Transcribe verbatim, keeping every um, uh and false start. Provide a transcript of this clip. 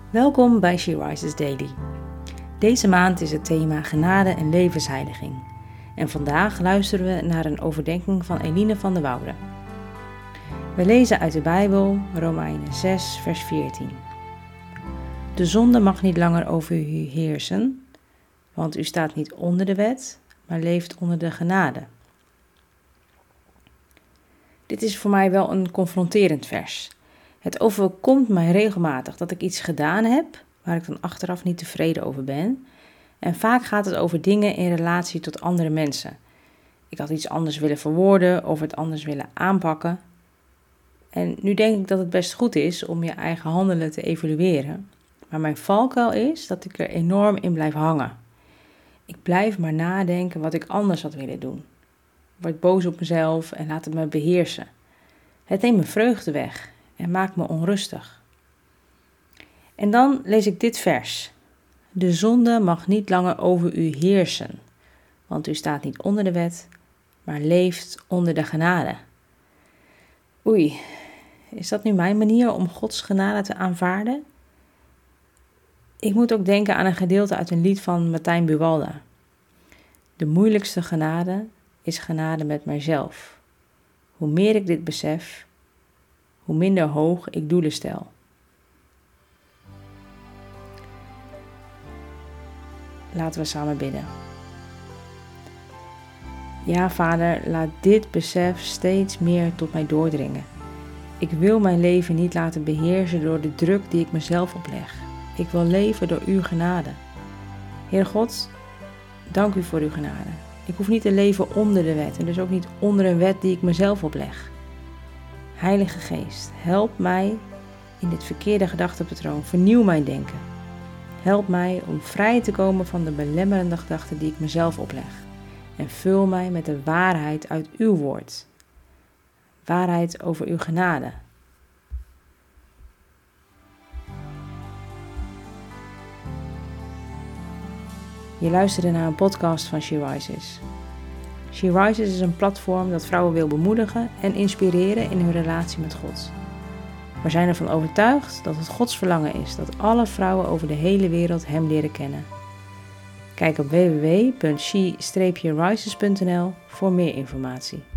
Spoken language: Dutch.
Welkom bij She Rises Daily. Deze maand is het thema genade en levensheiliging. En vandaag luisteren we naar een overdenking van Eline van der Woude. We lezen uit de Bijbel Romeinen zes vers veertien. De zonde mag niet langer over u heersen, want u staat niet onder de wet, maar leeft onder de genade. Dit is voor mij wel een confronterend vers. Het overkomt mij regelmatig dat ik iets gedaan heb waar ik dan achteraf niet tevreden over ben. En vaak gaat het over dingen in relatie tot andere mensen. Ik had iets anders willen verwoorden of het anders willen aanpakken. En nu denk ik dat het best goed is om je eigen handelen te evalueren. Maar mijn valkuil is dat ik er enorm in blijf hangen. Ik blijf maar nadenken wat ik anders had willen doen. Ik word boos op mezelf en laat het me beheersen. Het neemt mijn vreugde weg en maakt me onrustig. En dan lees ik dit vers. De zonde mag niet langer over u heersen, want u staat niet onder de wet, maar leeft onder de genade. Oei, is dat nu mijn manier om Gods genade te aanvaarden? Ik moet ook denken aan een gedeelte uit een lied van Martijn Buwalda. De moeilijkste genade is genade met mijzelf. Hoe meer ik dit besef, hoe minder hoog ik doelen stel. Laten we samen bidden. Ja, Vader, laat dit besef steeds meer tot mij doordringen. Ik wil mijn leven niet laten beheersen door de druk die ik mezelf opleg. Ik wil leven door uw genade. Heer God, dank u voor uw genade. Ik hoef niet te leven onder de wet en dus ook niet onder een wet die ik mezelf opleg. Heilige Geest, help mij in dit verkeerde gedachtepatroon. Vernieuw mijn denken. Help mij om vrij te komen van de belemmerende gedachten die ik mezelf opleg. En vul mij met de waarheid uit uw woord. Waarheid over uw genade. Je luisterde naar een podcast van She Rises. She Rises is een platform dat vrouwen wil bemoedigen en inspireren in hun relatie met God. We zijn ervan overtuigd dat het Gods verlangen is dat alle vrouwen over de hele wereld Hem leren kennen. Kijk op w w w punt she rises punt n l voor meer informatie.